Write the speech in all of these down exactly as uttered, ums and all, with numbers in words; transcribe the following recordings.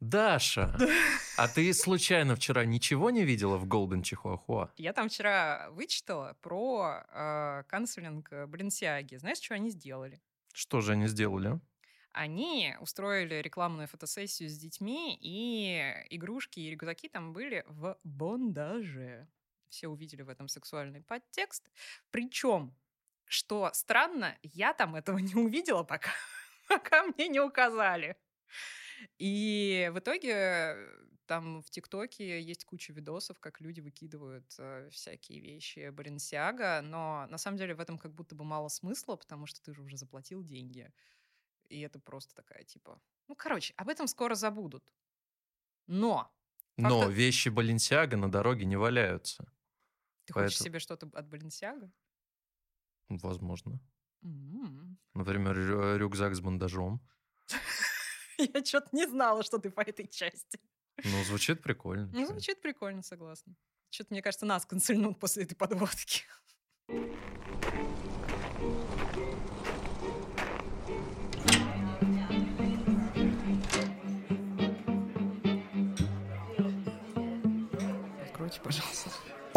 Даша, а ты случайно вчера ничего не видела в Golden Чихуахуа? Я там вчера вычитала про э, канцелинг Balenciaga. Знаешь, что они сделали? Что же они сделали? Они устроили рекламную фотосессию с детьми, и игрушки и рюкзаки там были в бондаже. Все увидели в этом сексуальный подтекст. Причем, что странно, я там этого не увидела, пока, пока мне не указали. И в итоге э, там в ТикТоке есть куча видосов, как люди выкидывают э, всякие вещи Balenciaga, но на самом деле в этом как будто бы мало смысла, потому что ты же уже заплатил деньги. И это просто такая типа... Ну, короче, об этом скоро забудут. Но... Но факт- вещи Баленсиага на дороге не валяются. Ты хочешь поэтому- себе что-то от Balenciaga? Возможно. М. Например, рю- рюкзак с бандажом. Я что-то не знала, что ты по этой части. Ну, звучит прикольно. Ну, чё. звучит прикольно, согласна. Что-то, мне кажется, нас канцельнут после этой подводки. Откройте, пожалуйста.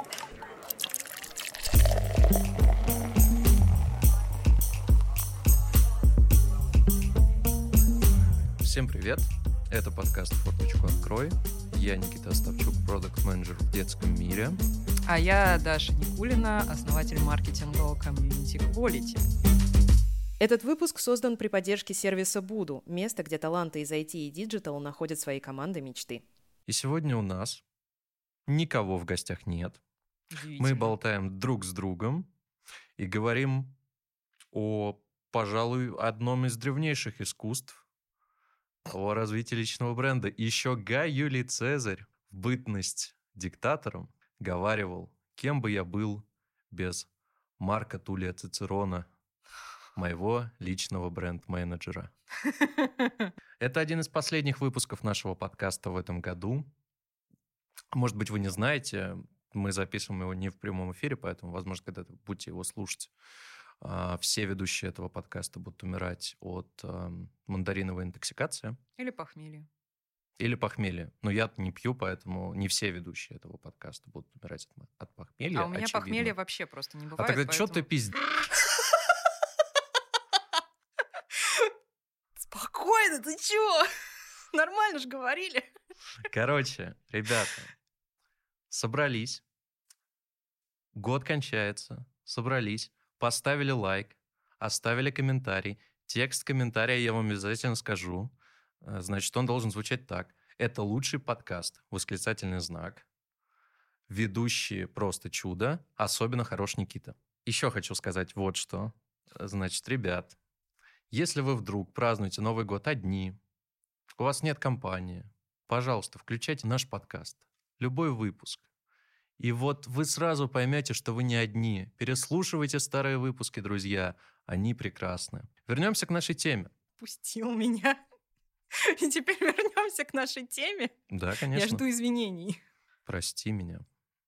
Всем привет. Это подкаст «Форточку открой». Я Никита Остапчук, продакт-менеджер в детском мире. А я Даша Никулина, основатель маркетингового комьюнити Quality. Этот выпуск создан при поддержке сервиса Буду, место, где таланты из ай ти и диджитал находят свои команды мечты. И сегодня у нас никого в гостях нет. Мы Удивительно. болтаем друг с другом и говорим о, пожалуй, одном из древнейших искусств, о развитии личного бренда. И еще Гай Юлий Цезарь в бытность диктатором говаривал: кем бы я был без Марка Тулия Цицерона, моего личного бренд-менеджера. Это один из последних выпусков нашего подкаста в этом году. Может быть, вы не знаете, мы записываем его не в прямом эфире, поэтому, возможно, когда вы будете его слушать, а, все ведущие этого подкаста будут умирать от ам, мандариновой интоксикации Или похмелье. или похмелья. Но я не пью, поэтому не все ведущие этого подкаста будут умирать от, м- от похмелья. А у меня очевидно. похмелья вообще просто не А бывает. тогда что ты поэтому- пиздишь? Спокойно, ты чё? Нормально же говорили. Короче, ребята, собрались. Год кончается. Собрались. Поставили лайк. Оставили комментарий. Текст комментария я вам обязательно скажу. Э, Значит, он должен звучать так. Это лучший подкаст. Восклицательный знак. Ведущие просто чудо. Особенно хорош Никита. Еще хочу сказать вот что. Э, Значит, ребят, если вы вдруг празднуете Новый год одни, у вас нет компании, пожалуйста, включайте наш подкаст. Любой выпуск. И вот вы сразу поймете, что вы не одни. Переслушивайте старые выпуски, друзья. Они прекрасны. Вернемся к нашей теме. Пустил меня. И теперь вернемся к нашей теме. Да, Я конечно. жду извинений. Прости меня.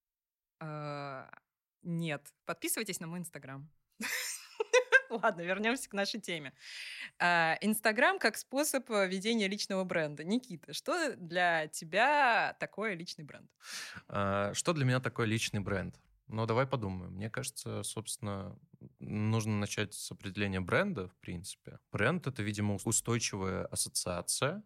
А, Нет. Подписывайтесь на мой инстаграм. Ладно, вернемся к нашей теме. А, Инстаграм как способ э, ведения личного бренда. Никита, что для тебя такое личный бренд? А, Что для меня такое личный бренд? Ну, давай подумаем. Мне кажется, собственно, нужно начать с определения бренда, в принципе. Бренд — это, видимо, устойчивая ассоциация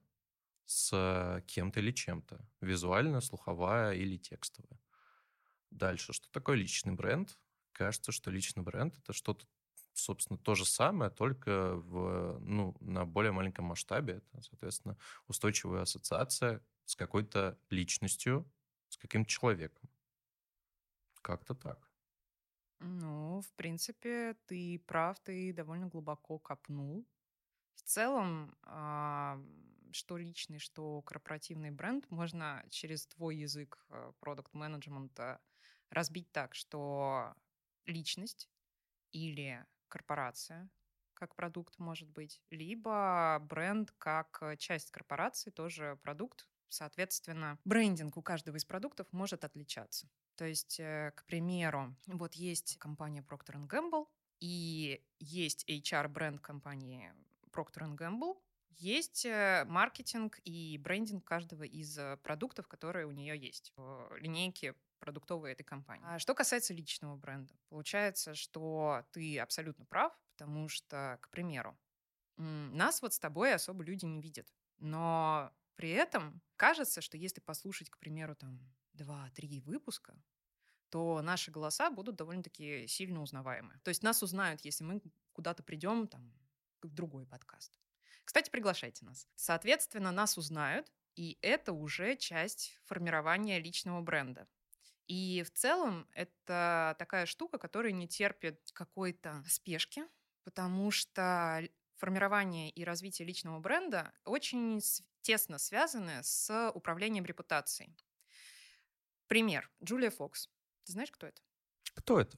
с кем-то или чем-то. Визуально, слуховая или текстовая. Дальше, что такое личный бренд? Кажется, что личный бренд — это что-то, собственно, то же самое, только в, ну, на более маленьком масштабе. Это, соответственно, устойчивая ассоциация с какой-то личностью, с каким-то человеком. Как-то так. Ну, в принципе, ты прав, ты довольно глубоко копнул. В целом, а, что личный, что корпоративный бренд можно через твой язык продукт-менеджмента разбить так, что личность или корпорация как продукт может быть, либо бренд как э, часть корпорации, тоже продукт. Соответственно, брендинг у каждого из продуктов может отличаться. То есть, э, к примеру, вот есть компания Procter энд Gamble, и есть эйч ар-бренд компании Procter энд Gamble, Есть э, маркетинг и брендинг каждого из э, продуктов, которые у нее есть в линейке продуктовой этой компании. А что касается личного бренда, получается, что ты абсолютно прав, потому что, к примеру, м, нас вот с тобой особо люди не видят, но при этом кажется, что если послушать, к примеру, там два-три выпуска, то наши голоса будут довольно-таки сильно узнаваемы. То есть нас узнают, если мы куда-то придем там, в другой подкаст. Кстати, приглашайте нас. Соответственно, нас узнают, и это уже часть формирования личного бренда. И в целом это такая штука, которая не терпит какой-то спешки, потому что л- формирование и развитие личного бренда очень с- тесно связаны с управлением репутацией. Пример. Джулия Фокс. Ты знаешь, кто это? Кто это?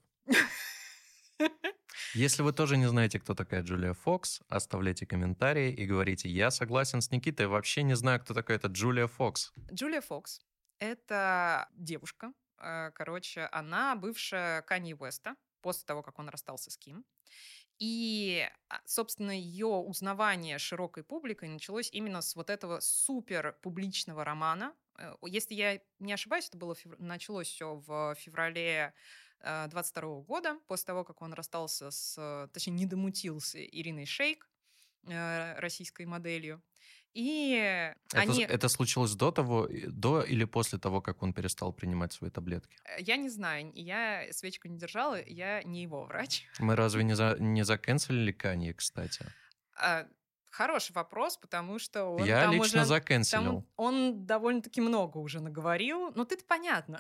Если вы тоже не знаете, кто такая Джулия Фокс, оставляйте комментарии и говорите: я согласен с Никитой, вообще не знаю, кто такая эта Джулия Фокс. Джулия Фокс — это девушка. э, Короче, она бывшая Канье Уэста после того, как он расстался с Ким. И, а, собственно, ее узнавание широкой публикой началось именно с вот этого супер публичного романа. Э, Если я не ошибаюсь, это было фев- началось все в феврале э, двадцать второго года, после того, как он расстался с, э, точнее, не домутил с Ириной Шейк, э, российской моделью. И Это, они, это случилось до того, и- до или после того, как он перестал принимать свои таблетки? э, я не знаю, я свечку не держала, я не его врач. Мы разве не, за, не заканцелили Канье, кстати? А, Хороший вопрос, потому что он Я там лично уже... заканцелил. Там он довольно-таки много уже наговорил. Ну, ты-то понятно.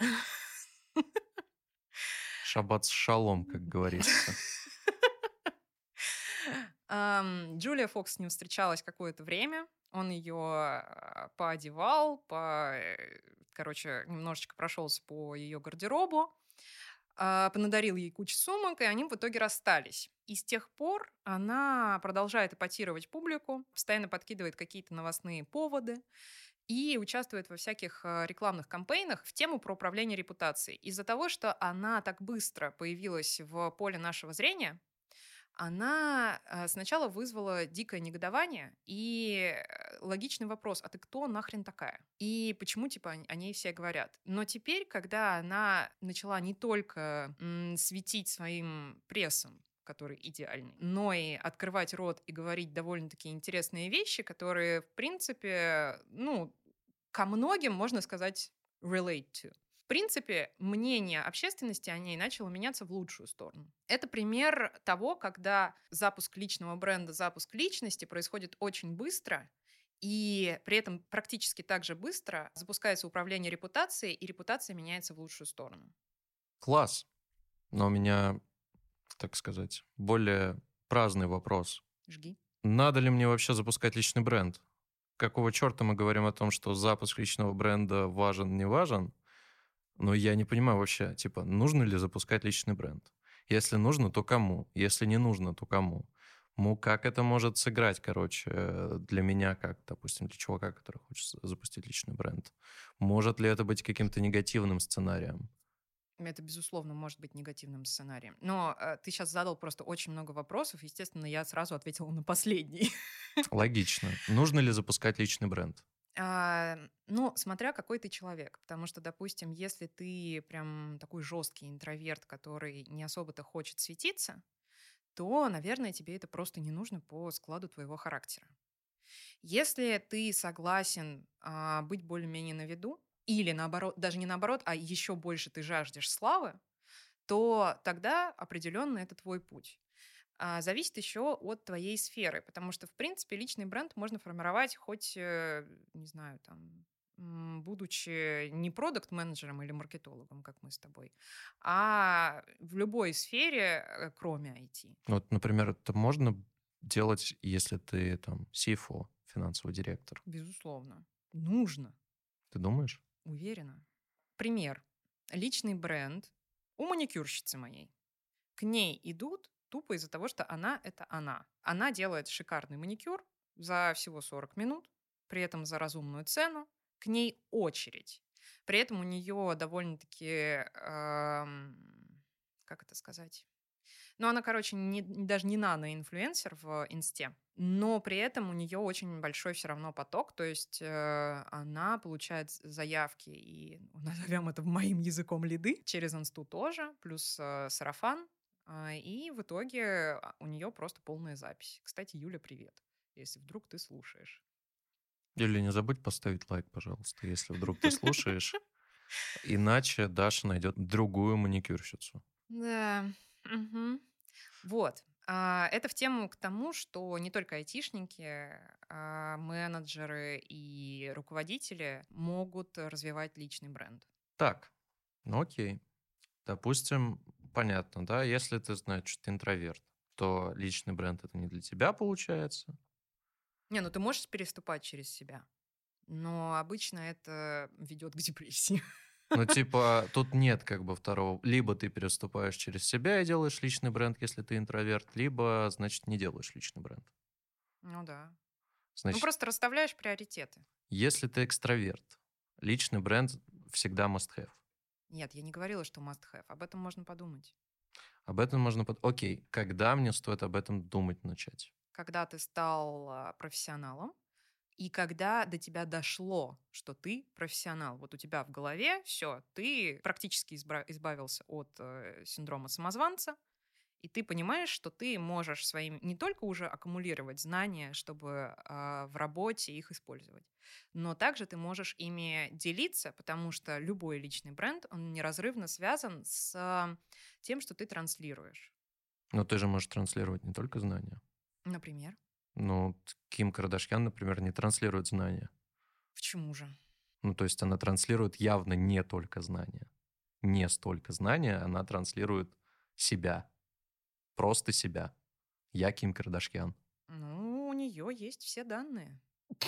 Шаббат шалом, как говорится. Ам, Джулия Фокс с ним встречалась какое-то время. Он ее а, поодевал, по, э, короче, немножечко прошелся по ее гардеробу, а, понадарил ей кучу сумок, и они в итоге расстались. И с тех пор она продолжает эпатировать публику, постоянно подкидывает какие-то новостные поводы и участвует во всяких а, рекламных кампейнах в тему про управление репутацией. Из-за того, что она так быстро появилась в поле нашего зрения, она а, сначала вызвала дикое негодование и э, логичный вопрос: а ты кто нахрен такая? И почему, типа, о о ней все говорят? Но теперь, когда она начала не только м, светить своим прессом, который идеальный, но и открывать рот и говорить довольно-таки интересные вещи, которые, в принципе, ну, ко многим, можно сказать, relate to. В принципе, мнение общественности о ней начало меняться в лучшую сторону. Это пример того, когда запуск личного бренда, запуск личности происходит очень быстро, и при этом практически так же быстро запускается управление репутацией, и репутация меняется в лучшую сторону. Класс. Но у меня, так сказать, более праздный вопрос. Жги. Надо ли мне вообще запускать личный бренд? Какого черта мы говорим о том, что запуск личного бренда важен, не важен? Но я не понимаю вообще, типа, нужно ли запускать личный бренд? Если нужно, то кому? Если не нужно, то кому? Ну, как это может сыграть, короче, э, для меня, как, допустим, для чувака, который хочет за- запустить личный бренд? Может ли это быть каким-то негативным сценарием? Это, безусловно, может быть негативным сценарием. Но э, ты сейчас задал просто очень много вопросов. Естественно, я сразу ответила на последний. Логично. Нужно ли запускать личный бренд? А, ну, смотря какой ты человек. Потому что, допустим, если ты прям такой жесткий интроверт, который не особо-то хочет светиться, то, наверное, тебе это просто не нужно по складу твоего характера. Если ты согласен а, быть более-менее на виду, или наоборот, даже не наоборот, а еще больше ты жаждешь славы, то тогда определенно это твой путь. А, зависит еще от твоей сферы, потому что, в принципе, личный бренд можно формировать хоть, э, не знаю, там, м, будучи не продакт-менеджером или маркетологом, как мы с тобой, а в любой сфере, э, кроме ай ти. Вот, например, это можно делать, если ты там си эф о, финансовый директор. Безусловно. Нужно. Ты думаешь? Уверена. Пример. Личный бренд у маникюрщицы моей. К ней идут тупо из-за того, что она — это она. Она делает шикарный маникюр за всего сорок минут, при этом за разумную цену. К ней очередь. При этом у нее довольно-таки, эм, как это сказать, Ну, она, короче, не, даже не нано-инфлюенсер в инсте, но при этом у нее очень большой все равно поток, то есть э, она получает заявки и, назовем это моим языком, лиды, через инсту тоже, плюс э, сарафан, э, и в итоге у нее просто полная запись. Кстати, Юля, привет, если вдруг ты слушаешь. Юля, не забудь поставить лайк, пожалуйста, если вдруг ты слушаешь. Иначе Даша найдет другую маникюрщицу. Да. Мгм. Вот. А, Это в тему к тому, что не только айтишники, а, менеджеры и руководители могут развивать личный бренд. Так, ну окей. Допустим, понятно, да, если ты знаешь, что ты интроверт, то личный бренд это не для тебя получается. Не, ну ты можешь переступать через себя, но обычно это ведет к депрессии. Ну, типа, тут нет как бы второго. Либо ты переступаешь через себя и делаешь личный бренд, если ты интроверт, либо, значит, не делаешь личный бренд. Ну да. Ну Значит, просто расставляешь приоритеты. если ты экстраверт, личный бренд всегда must have. Нет, я не говорила, что must have. Об этом можно подумать. Об этом можно... под- Окей, когда мне стоит об этом думать начать? Когда ты стал а, профессионалом, и когда до тебя дошло, что ты профессионал, вот у тебя в голове все, ты практически избра- избавился от э, синдрома самозванца, и ты понимаешь, что ты можешь своим не только уже аккумулировать знания, чтобы а, в работе их использовать, но также ты можешь ими делиться, потому что любой личный бренд, он неразрывно связан с а, тем, что ты транслируешь. Но ты же можешь транслировать не только знания. Например, Ну, т- Ким Кардашьян, например, не транслирует знания. почему же? Ну, то есть она транслирует явно не только знания. Не столько знания, она транслирует себя. Просто себя. Я Ким Кардашьян. Ну, у нее есть все данные.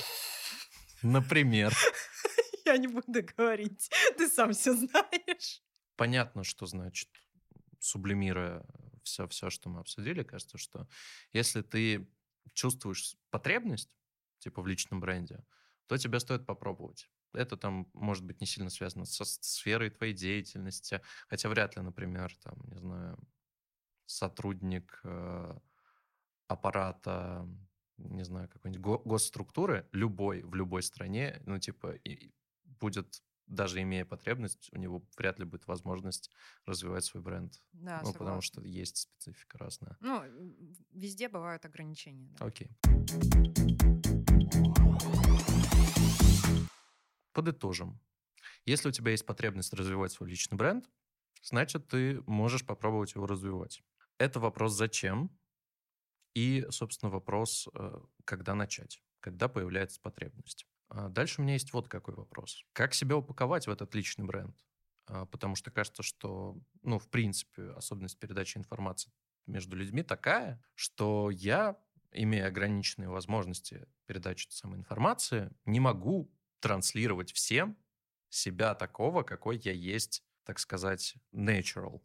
Например. Я не буду говорить. Ты сам все знаешь. Понятно, что значит, сублимируя все, все, что мы обсудили, кажется, что если ты чувствуешь потребность, типа в личном бренде, то тебе стоит попробовать. Это там может быть не сильно связано со сферой твоей деятельности, хотя вряд ли, например, там, не знаю, сотрудник э, аппарата, не знаю, какой-нибудь го- госструктуры, любой, в любой стране, ну, типа, и будет, даже имея потребность, у него вряд ли будет возможность развивать свой бренд. Да, Ну, потому что согласна. есть специфика разная. Ну, м, везде бывают ограничения. Да. Окей. Подытожим. Если у тебя есть потребность развивать свой личный бренд, значит, ты можешь попробовать его развивать. Это вопрос «зачем?» и, собственно, вопрос э, «когда начать?», когда появляется потребность. А дальше у меня есть вот какой вопрос. Как себя упаковать в этот личный бренд? А, Потому что кажется, что, ну, в принципе, особенность передачи информации между людьми такая, что я, имея ограниченные возможности передачи этой самой информации, не могу транслировать всем себя такого, какой я есть, так сказать, natural.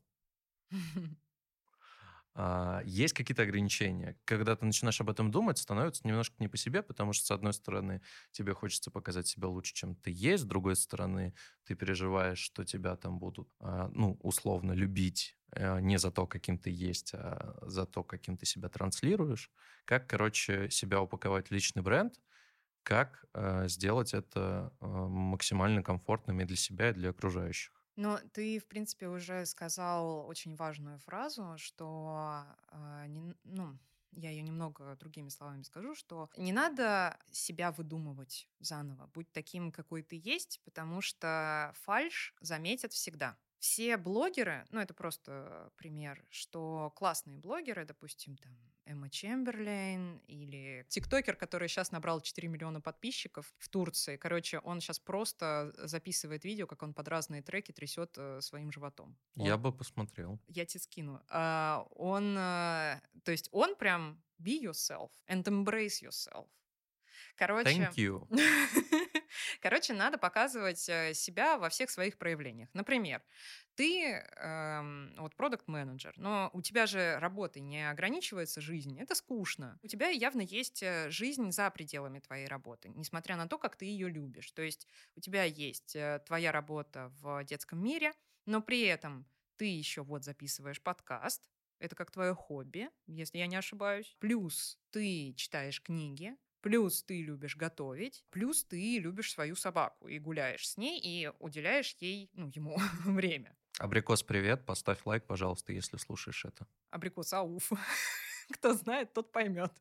А, Есть какие-то ограничения. Когда ты начинаешь об этом думать, становится немножко не по себе, потому что, с одной стороны, тебе хочется показать себя лучше, чем ты есть, с другой стороны, ты переживаешь, что тебя там будут, а, ну, условно, любить э, не за то, каким ты есть, а за то, каким ты себя транслируешь. Как, короче, себя упаковать в личный бренд, как э, сделать это э, максимально комфортным и для себя, и для окружающих. Но ты, в принципе, уже сказал очень важную фразу, что, а, не н- ну, я ее немного другими словами скажу, что не надо себя выдумывать заново, будь таким, какой ты есть, потому что фальшь заметят всегда. Все блогеры, ну это просто пример, что классные блогеры, допустим, там Эмма Чемберлейн или тиктокер, который сейчас набрал четыре миллиона подписчиков в Турции. Короче, он сейчас просто записывает видео, как он под разные треки трясет э, своим животом. Я Он, бы посмотрел. я тебе скину. А, он, э, то есть он прям be yourself and embrace yourself. Короче, Thank you. короче, надо показывать э, себя во всех своих проявлениях. Например, ты эм, вот продукт-менеджер, но у тебя же работы не ограничивается жизнь, это скучно. У тебя явно есть э, жизнь за пределами твоей работы, несмотря на то, как ты ее любишь. То есть у тебя есть э, твоя работа в детском мире, но при этом ты еще вот записываешь подкаст, это как твое хобби, если я не ошибаюсь. Плюс ты читаешь книги, плюс ты любишь готовить, плюс ты любишь свою собаку и гуляешь с ней, и уделяешь ей, ну, ему время. Абрикос, привет. Поставь лайк, пожалуйста, если слушаешь это. Абрикос, ауф. Кто знает, тот поймет.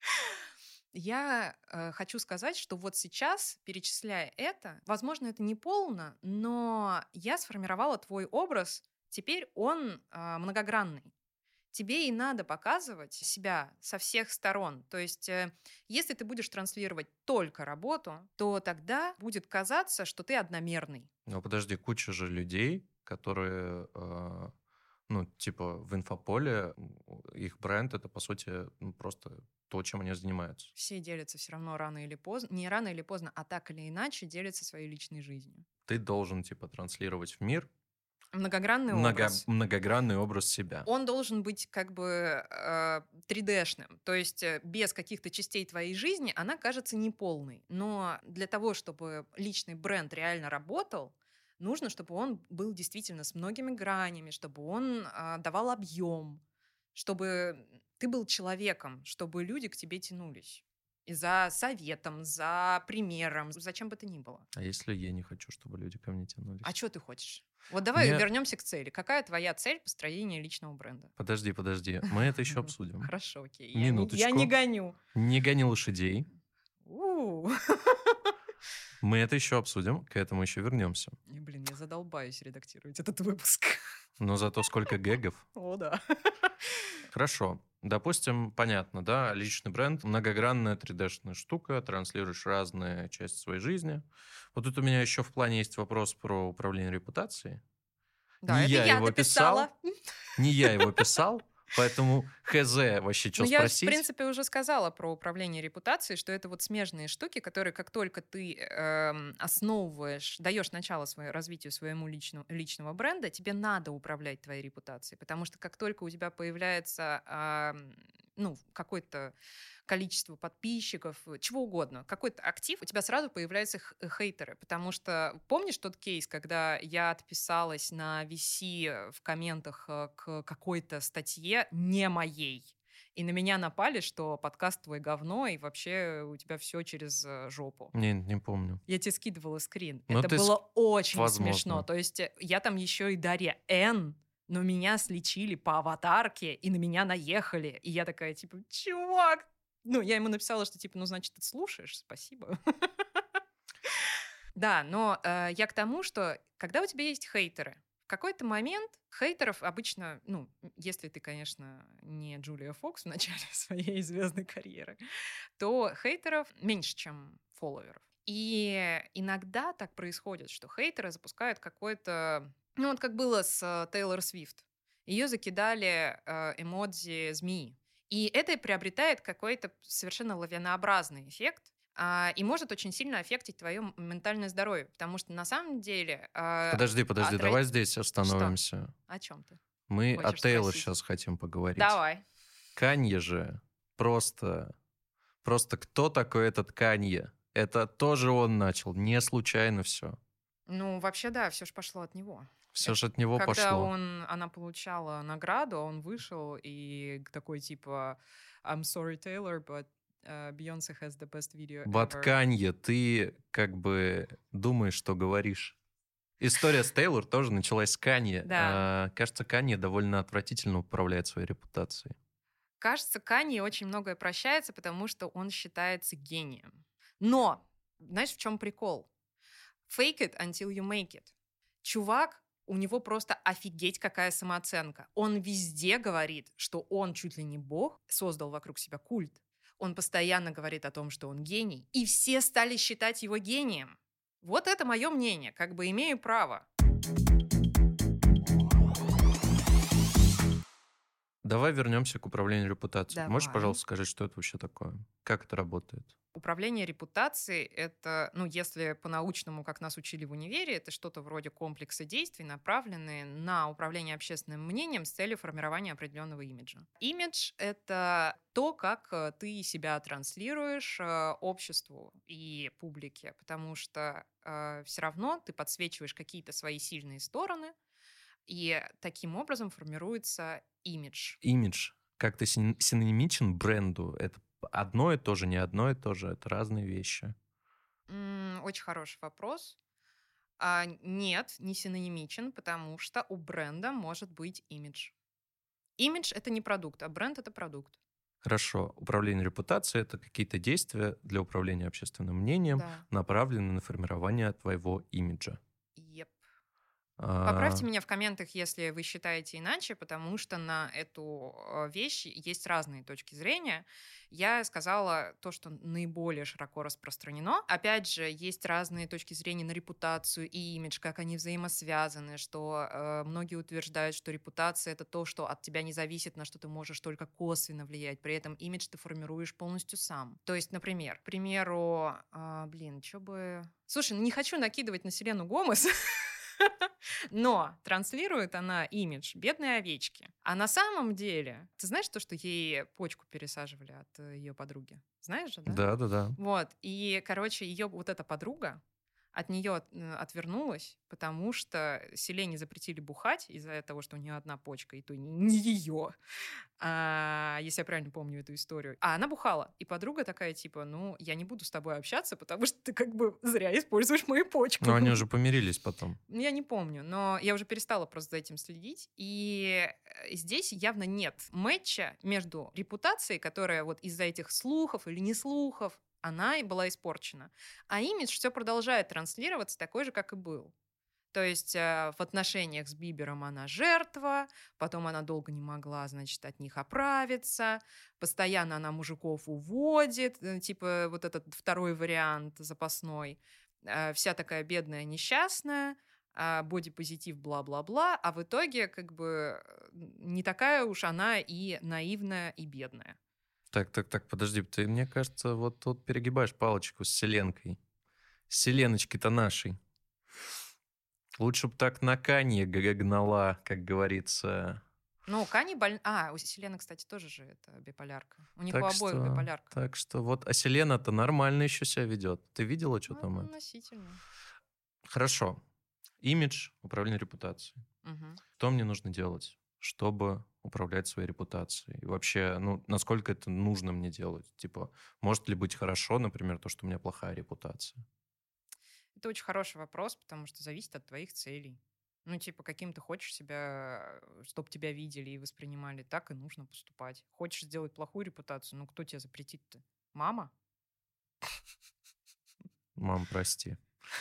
Я э, хочу сказать, что вот сейчас, перечисляя это, возможно, это не полно, но я сформировала твой образ. Теперь он э, многогранный. Тебе и надо показывать себя со всех сторон. То есть, э, если ты будешь транслировать только работу, то тогда будет казаться, что ты одномерный. Ну, подожди, куча же людей, которые, э, ну, типа, в инфополе, м, их бренд — это, по сути, ну, просто то, чем они занимаются. Все делятся все равно рано или поздно. Не рано или поздно, а так или иначе делятся своей личной жизнью. Ты должен, типа, транслировать в мир Многогранный много, образ. многогранный образ себя. Он должен быть как бы э, три дэ-шным, то есть э, без каких-то частей твоей жизни она кажется неполной. Но для того, чтобы личный бренд реально работал, нужно, чтобы он был действительно с многими гранями, чтобы он э, давал объем, чтобы ты был человеком, чтобы люди к тебе тянулись. И за советом, за примером, зачем бы то ни было. А если я не хочу, чтобы люди ко мне тянулись? А что ты хочешь? Вот давай Мне- вернемся к цели. Какая твоя цель построения личного бренда? Подожди, подожди, мы это еще обсудим. Хорошо, окей. Я не- Минуточку. Я не гоню. Не гони лошадей. У. Мы это еще обсудим, к этому еще вернемся. И, Блин, я задолбаюсь редактировать этот выпуск. Но зато сколько гэгов. О, да. Хорошо. Допустим, понятно, да, личный бренд, многогранная три дэ-шная штука, транслируешь разные части своей жизни. Вот тут у меня еще в плане есть вопрос про управление репутацией. Да, Не это я я его дописала. Не я его писал, поэтому хз вообще, что Ну, я, в спросить. принципе, уже сказала про управление репутацией, что это вот смежные штуки, которые, как только ты эм, основываешь, даешь начало своему развитию своему личному, личного бренда, тебе надо управлять твоей репутацией, потому что как только у тебя появляется ам, ну, какое-то количество подписчиков, чего угодно, какой-то актив, у тебя сразу появляются х- хейтеры, потому что помнишь тот кейс, когда я отписалась на ви си в комментах э, к какой-то статье не моей, и на меня напали, что подкаст твой говно, и вообще у тебя все через э, жопу. Не, не помню. Я тебе скидывала скрин. Ну, Это ты с- было очень возможно. смешно. То есть э, я там еще и Дарья Н, но меня сличили по аватарке, и на меня наехали. И я такая, типа, чувак! Ну, я ему написала, что, типа, ну, значит, ты слушаешь, спасибо. Да, но э, я к тому, что когда у тебя есть хейтеры, в какой-то момент хейтеров обычно, ну, если ты, конечно, не Джулия Фокс в начале своей звездной карьеры, то хейтеров меньше, чем фолловеров. И иногда так происходит, что хейтеры запускают какой-то... Ну, вот как было с э, Тейлор Свифт. Ее закидали э, эмодзи змеи. И это приобретает какой-то совершенно лавинообразный эффект, а, и может очень сильно аффектить твое ментальное здоровье, потому что на самом деле... а, Подожди, подожди, отра- давай здесь остановимся. О чем ты? Мы Хочешь о Тейлор спросить? сейчас хотим поговорить. Давай. Канье же просто... Просто кто такой этот Канье? Это тоже он начал, не случайно все. Ну, вообще, да, все же пошло от него. Все же от него Когда пошло. он, она получала награду, он вышел и такой типа I'm sorry, Taylor, but uh, Beyonce has the best video But ever. Канье, ты как бы думаешь, что говоришь. История с Тейлор тоже началась с Канье. Да. А, кажется, Канье довольно отвратительно управляет своей репутацией. Кажется, Канье очень многое прощается, потому что он считается гением. Но, знаешь, в чем прикол? Fake it until you make it. Чувак, у него просто офигеть какая самооценка. Он везде говорит, что он чуть ли не бог, создал вокруг себя культ. Он постоянно говорит о том, что он гений. И все стали считать его гением. Вот это мое мнение, как бы имею право. Давай вернемся к управлению репутацией. Можешь, Давай. пожалуйста, сказать, что это вообще такое? Как это работает? Управление репутацией — это, ну, если по-научному, как нас учили в универе, это что-то вроде комплекса действий, направленные на управление общественным мнением с целью формирования определенного имиджа. Имидж — это то, как э, ты себя транслируешь э, обществу и публике, потому что все равно ты подсвечиваешь какие-то свои сильные стороны, И таким образом формируется имидж. Имидж как-то син- синонимичен бренду. Это одно и то же, не одно и то же. Это разные вещи. М, Очень хороший вопрос. А, нет, не синонимичен, потому что у бренда может быть имидж. Имидж — это не продукт, а бренд — это продукт. Хорошо. Управление репутацией — это какие-то действия для управления общественным мнением, Да. направленные на формирование твоего имиджа. Еп. А, Поправьте меня в комментах, если вы считаете иначе, потому что на эту э, вещь есть разные точки зрения. Я сказала то, что наиболее широко распространено. Опять же, есть разные точки зрения на репутацию и имидж, как они взаимосвязаны, что э, многие утверждают, что репутация — это то, что от тебя не зависит, на что ты можешь только косвенно влиять. При этом имидж ты формируешь полностью сам. То есть, например, к примеру, а, блин, что бы... Слушай, ну не хочу накидывать на Селену Гомес, но транслирует она имидж бедной овечки. А на самом деле, ты знаешь то, что ей почку пересаживали от ее подруги? Знаешь же, да? Да, да, да. Вот. И, короче, ее вот эта подруга от нее от- э, отвернулась, потому что Селене запретили бухать из-за того, что у нее одна почка, и то не ее, если я правильно помню эту историю. А она бухала. И подруга такая, типа, ну, я не буду с тобой общаться, потому что ты как бы зря используешь мою почку. Но они уже помирились потом. Ну, я не помню, но я уже перестала просто за этим следить. И э, здесь явно нет мэтча между репутацией, которая вот из-за этих слухов или не слухов, она и была испорчена. А имидж все продолжает транслироваться такой же, как и был. То есть э, в отношениях с Бибером она жертва, потом она долго не могла, значит, от них оправиться, постоянно она мужиков уводит, э, типа вот этот второй вариант запасной. Э, Вся такая бедная, несчастная, а, бодипозитив, бла-бла-бла, а в итоге как бы э, не такая уж она и наивная, и бедная. Так, так, так, подожди, ты, мне кажется, вот тут перегибаешь палочку с Селенкой. С Селеночкой-то нашей. Лучше бы так на Канье г- гнала, как говорится. Ну, Кани боль... А, у Селены, кстати, тоже же это биполярка. У них у Так обоих что, биполярка. так что вот, а Селена-то нормально еще себя ведет. Ты видела, что Ну, там это? относительно. Хорошо. Имидж, управление репутацией. Мгм. Что мне нужно делать, чтобы управлять своей репутацией? И вообще, ну, насколько это нужно мне делать? Типа, может ли быть хорошо, например, то, что у меня плохая репутация? Это очень хороший вопрос, потому что зависит от твоих целей. Ну, типа, каким ты хочешь себя, чтобы тебя видели и воспринимали, так и нужно поступать. Хочешь сделать плохую репутацию, ну, кто тебе запретит-то? Мама? Мам, прости.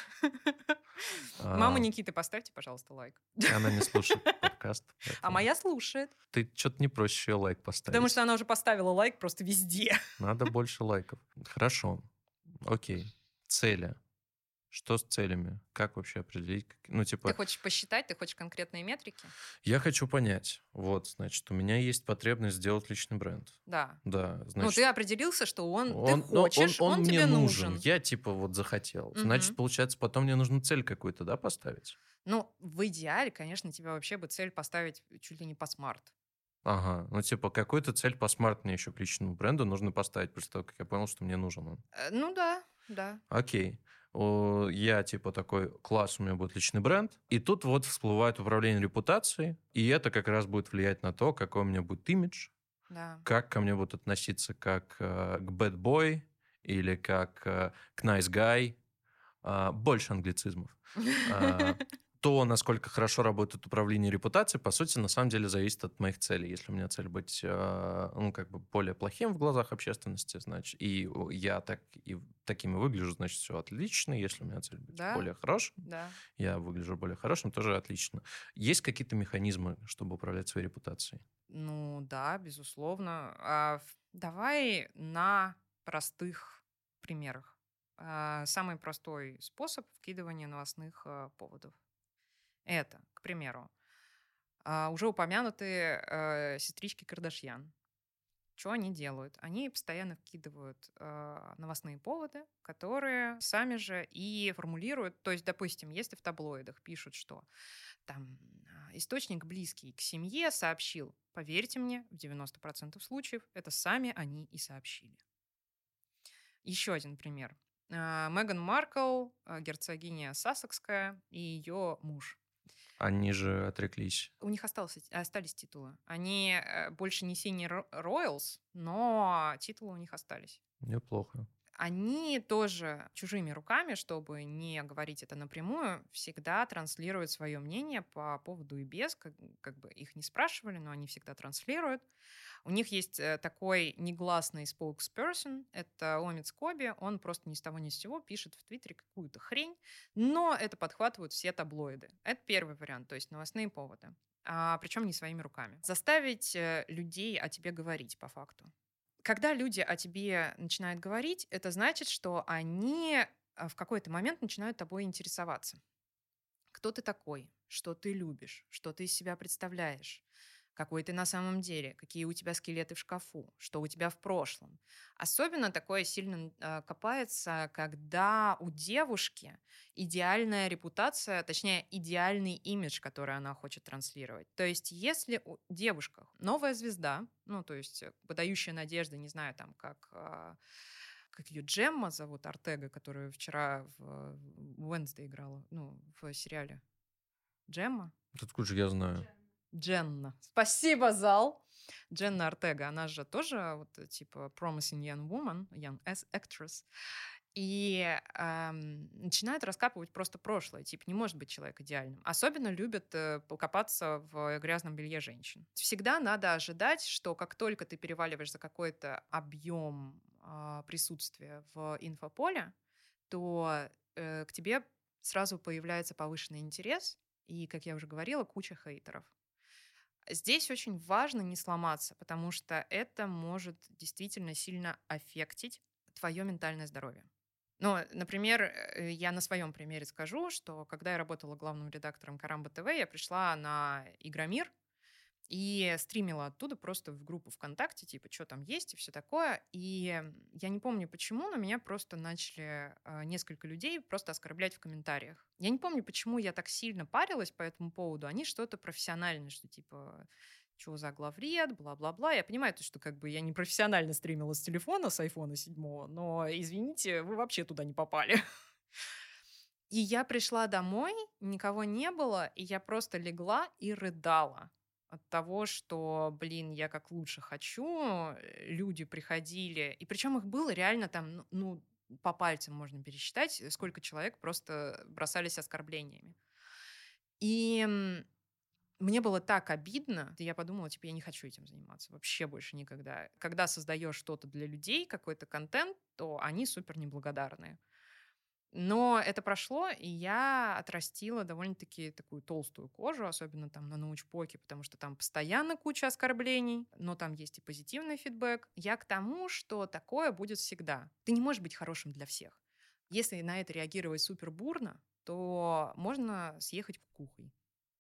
Мама А, Никиты, поставьте, пожалуйста, лайк. Она не слушает подкаст. А поэтому моя слушает, Ты что-то не просишь ее лайк потому поставить. что она уже поставила лайк просто везде. Надо больше лайков. Хорошо. Окей. Цели. Что с целями? Как вообще определить? как- Ну, Ты типа, хочешь посчитать, ты хочешь конкретные метрики? я хочу понять. Вот, значит, у меня есть потребность сделать личный бренд. Да. Да, Ну, ты значит, определился, что он, он, ты но он, хочешь, он, он, мне тебе нужен. нужен. Я, типа, вот захотел. Значит, Мгм. получается, потом мне нужно цель какую-то, да, поставить? Ну, в идеале, конечно, тебе вообще бы цель поставить чуть ли не по смарт. Ага. Ну, типа, какую-то цель по смарт мне еще к личному бренду нужно поставить, после того, как я понял, что мне нужен он. Э, Ну да, да. Окей. О, Я типа такой, класс, у меня будет личный бренд. И тут вот всплывает управление репутацией. И это как раз будет влиять на то, какой у меня будет имидж, Да. как ко мне будут относиться как э, к bad boy или как э, к nice guy. А, больше англицизмов. А, то, насколько хорошо работает управление репутацией, по сути, на самом деле зависит от моих целей. Если у меня цель быть, э, ну, как бы более плохим в глазах общественности, значит, и о, я так и таким и выгляжу, значит, все отлично. Если у меня цель быть Да, более хорошим, да. я выгляжу более хорошим, тоже отлично. Есть какие-то механизмы, чтобы управлять своей репутацией? Ну да, безусловно. А, в- давай на простых примерах. А, самый простой способ вкидывания новостных а, поводов. Это, к примеру, а, уже упомянутые э, сестрички Кардашьян. Что они делают? Они постоянно вкидывают э, новостные поводы, которые сами же и формулируют. То есть, допустим, если в таблоидах пишут, что там а, источник близкий к семье сообщил, поверьте мне, в девяноста процентах случаев это сами они и сообщили. Еще один пример. А, Меган Маркл, а, герцогиня Сассекская, и ее муж. Они же отреклись. У них осталось, остались титулы. Они э, больше не Senior Royals, но титулы у них остались. Неплохо. Они тоже чужими руками, чтобы не говорить это напрямую, всегда транслируют свое мнение по поводу и без, как, как бы их не спрашивали, но они всегда транслируют. У них есть э, такой негласный spokesperson, это Омид Скоби, он просто ни с того ни с сего пишет в Твиттере какую-то хрень, но это подхватывают все таблоиды. Это первый вариант, то есть новостные поводы. А, причем не своими руками. Заставить э, людей о тебе говорить по факту. Когда люди о тебе начинают говорить, это значит, что они а, в какой-то момент начинают тобой интересоваться. Кто ты такой? Что ты любишь? Что ты из себя представляешь? Какой ты на самом деле? Какие у тебя скелеты в шкафу? Что у тебя в прошлом? Особенно такое сильно э, копается, когда у девушки идеальная репутация, точнее, идеальный имидж, который она хочет транслировать. То есть, если у девушка новая звезда, ну, то есть, э, подающая надежды, не знаю, там, как... э, как ее Джемма зовут, Артега, которую вчера в Wednesday играла, ну, в сериале. Джемма? Откуда же я знаю? Дженна. Спасибо, зал. Дженна Артега, она же тоже вот э, типа promising young woman, young as- actress. И эм, начинают раскапывать просто прошлое. Типа, не может быть человек идеальным. Особенно любят э, покопаться в грязном белье женщин. Всегда надо ожидать, что как только ты переваливаешь за какой-то объем э, присутствия в инфополе, то э, к тебе сразу появляется повышенный интерес и, как я уже говорила, куча хейтеров. Здесь очень важно не сломаться, потому что это может действительно сильно аффектить твое ментальное здоровье. Ну, например, э, я на своем примере скажу, что когда я работала главным редактором Карамба ТВ, я пришла на Игромир и стримила оттуда просто в группу ВКонтакте, типа, что там есть и все такое. И я не помню почему, но меня просто начали э, несколько людей просто оскорблять в комментариях. Я не помню, почему я так сильно парилась по этому поводу. Они что-то профессиональное, что типа, что за главред, бла-бла-бла. Я понимаю, то, что как бы я не профессионально стримила с телефона, с айфона седьмого, но, извините, вы вообще туда не попали. И я пришла домой, никого не было, и я просто легла и рыдала от того, что, блин, я как лучше хочу, э, люди приходили, и причем их было реально там, ну, ну, по пальцам можно пересчитать, сколько человек просто бросались оскорблениями. И м, мне было так обидно, и я подумала, типа, я не хочу этим заниматься вообще больше никогда. Когда создаешь что-то для людей, какой-то контент, то они супер неблагодарные. Но это прошло, и я отрастила довольно-таки такую толстую кожу, особенно там на научпоке, потому что там постоянно куча оскорблений, но там есть и позитивный фидбэк. Я к тому, что такое будет всегда. Ты не можешь быть хорошим для всех. Если на это реагировать супер бурно, то можно съехать кукухой.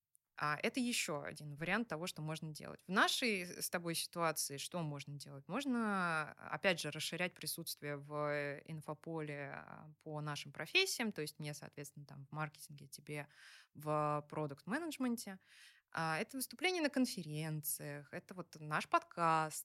А это еще один вариант того, что можно делать. В нашей с тобой ситуации что можно делать? Можно, опять же, расширять присутствие в инфополе а, по нашим профессиям, то есть мне, соответственно, там в маркетинге, тебе в продукт-менеджменте. А, Это выступление на конференциях, это вот наш подкаст,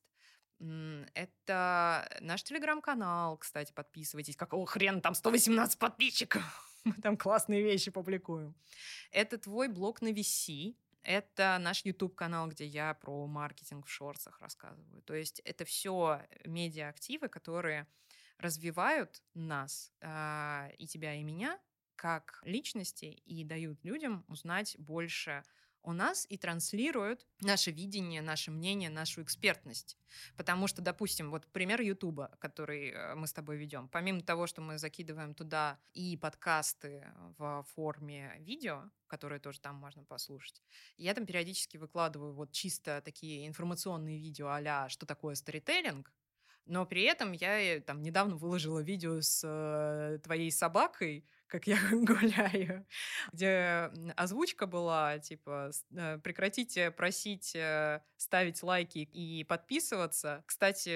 м, это наш телеграм-канал, кстати, подписывайтесь. Какого хрена там сто восемнадцать подписчиков? Мы там классные вещи публикуем. Это твой блог на ви си, это наш YouTube-канал, где я про маркетинг в шорцах рассказываю. То есть это все медиа-активы, которые развивают нас, а, и тебя, и меня, как личности, и дают людям узнать больше о нас и транслируют наше видение, наше мнение, нашу экспертность. Потому что, допустим, вот пример Ютуба, который э, мы с тобой ведем. Помимо того, что мы закидываем туда и подкасты в форме видео, которые тоже там можно послушать, я там периодически выкладываю вот чисто такие информационные видео а-ля «Что такое сторителлинг?», но при этом я э, там недавно выложила видео с э, твоей собакой, как я гуляю, где м, озвучка была, типа, с- э, прекратите просить э, ставить лайки и подписываться. Кстати,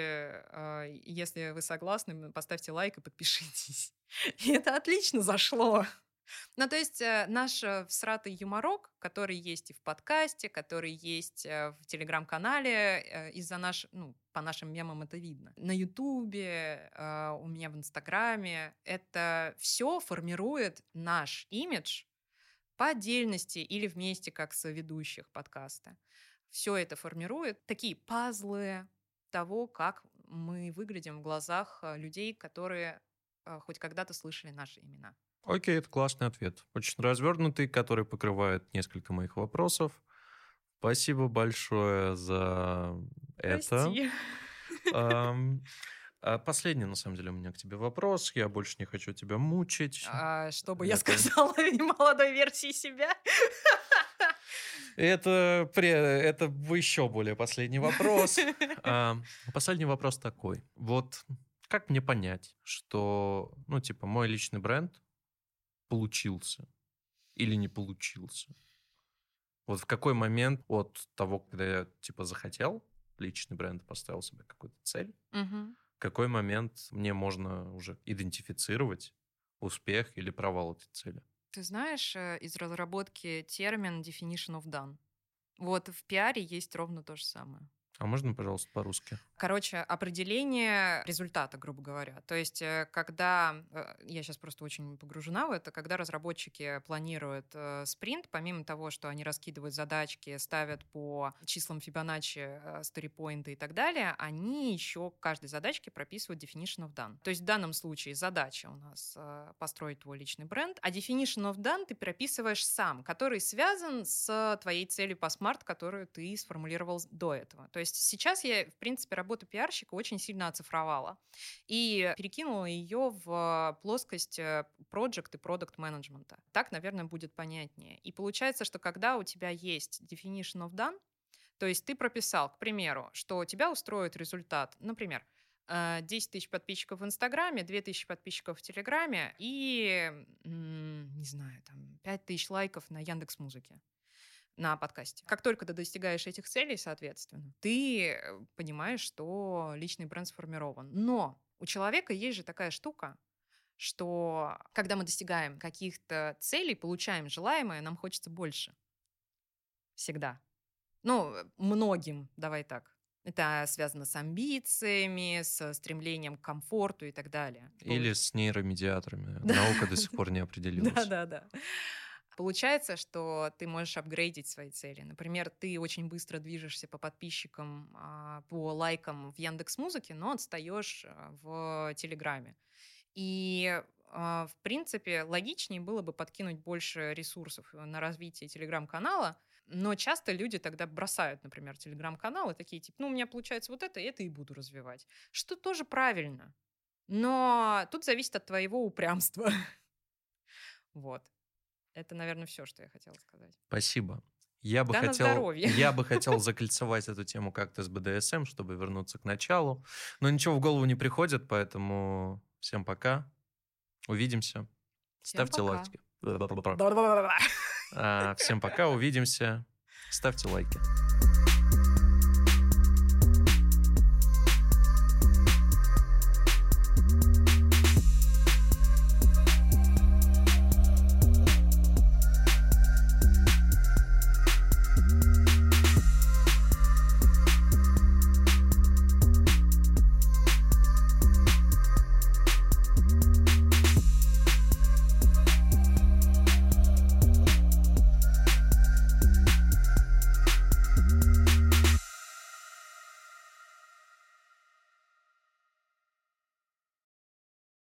э, если вы согласны, м, поставьте лайк и подпишитесь. И это отлично зашло. Ну, то есть э, наш э, всратый юморок, который есть и в подкасте, который есть э, в телеграм-канале, э, из-за наш, ну, по нашим мемам это видно. На ютубе, э, у меня в инстаграме, это все формирует наш имидж, по отдельности или вместе, как соведущих подкаста. Все это формирует такие пазлы того, как мы выглядим в глазах э, людей, которые э, хоть когда-то слышали наши имена. Окей, это классный ответ. Очень развернутый, который покрывает несколько моих вопросов. Спасибо большое за это. Прости. Ам, а Последний, на самом деле, у меня к тебе вопрос. Я больше не хочу тебя мучить. А, что бы я Это, сказала молодой версии себя? это, пре- это еще более последний вопрос. А, Последний вопрос такой. Вот как мне понять, что, ну, типа, мой личный бренд получился или не получился? Вот в какой момент от того, когда я, типа, захотел личный бренд, поставил себе какую-то цель, Мгм. в какой момент мне можно уже идентифицировать успех или провал этой цели? Ты знаешь, э, из разработки термин definition of done. Вот в пиаре есть ровно то же самое. А можно, пожалуйста, по-русски? Короче, определение результата, грубо говоря. То есть, э, когда, э, я сейчас просто очень погружена в это, когда разработчики планируют э, спринт, помимо того, что они раскидывают задачки, ставят по числам Фибоначчи э, сторипоинты и так далее, они еще к каждой задачке прописывают definition of done. То есть в данном случае задача у нас э, построить твой личный бренд, а definition of done ты прописываешь сам, который связан с твоей целью по смарт, которую ты сформулировал до этого. То есть сейчас я, в принципе, работу пиарщика очень сильно оцифровала и перекинула ее в плоскость проект и продукт менеджмента. Так, наверное, будет понятнее. И получается, что когда у тебя есть definition of done, то есть ты прописал, к примеру, что тебя устроит результат, например, э, десять тысяч подписчиков в Инстаграме, две тысячи подписчиков в Телеграме и, м, не знаю, там, пять тысяч лайков на Яндекс.Музыке на подкасте. Как только ты достигаешь этих целей, соответственно, ты э, понимаешь, что личный бренд сформирован. Но у человека есть же такая штука, что когда мы достигаем каких-то целей, получаем желаемое, нам хочется больше. Всегда. Ну, э, многим, давай так. Это связано с амбициями, с стремлением к комфорту и так далее. Или с нейромедиаторами. Наука до сих пор не определилась. Да-да-да. Получается, что ты можешь апгрейдить свои цели. Например, ты очень быстро движешься по подписчикам, а, по лайкам в Яндекс.Музыке, но отстаешь а, в Телеграме. И, а, в принципе, логичнее было бы подкинуть больше ресурсов на развитие Телеграм-канала, но часто люди тогда бросают, например, Телеграм-канал и такие, типа, ну, у меня получается вот это, и это и буду развивать. Что тоже правильно. Но тут зависит от твоего упрямства. Вот. Это, наверное, все, что я хотела сказать. Спасибо. Я бы Да, на хотел, здоровье. я бы хотел закольцевать эту тему как-то с бэ дэ эс эм, чтобы вернуться к началу. Но ничего в голову не приходит, поэтому всем пока. Увидимся. Всем Ставьте пока. лайки. А, Всем пока, увидимся. Ставьте лайки.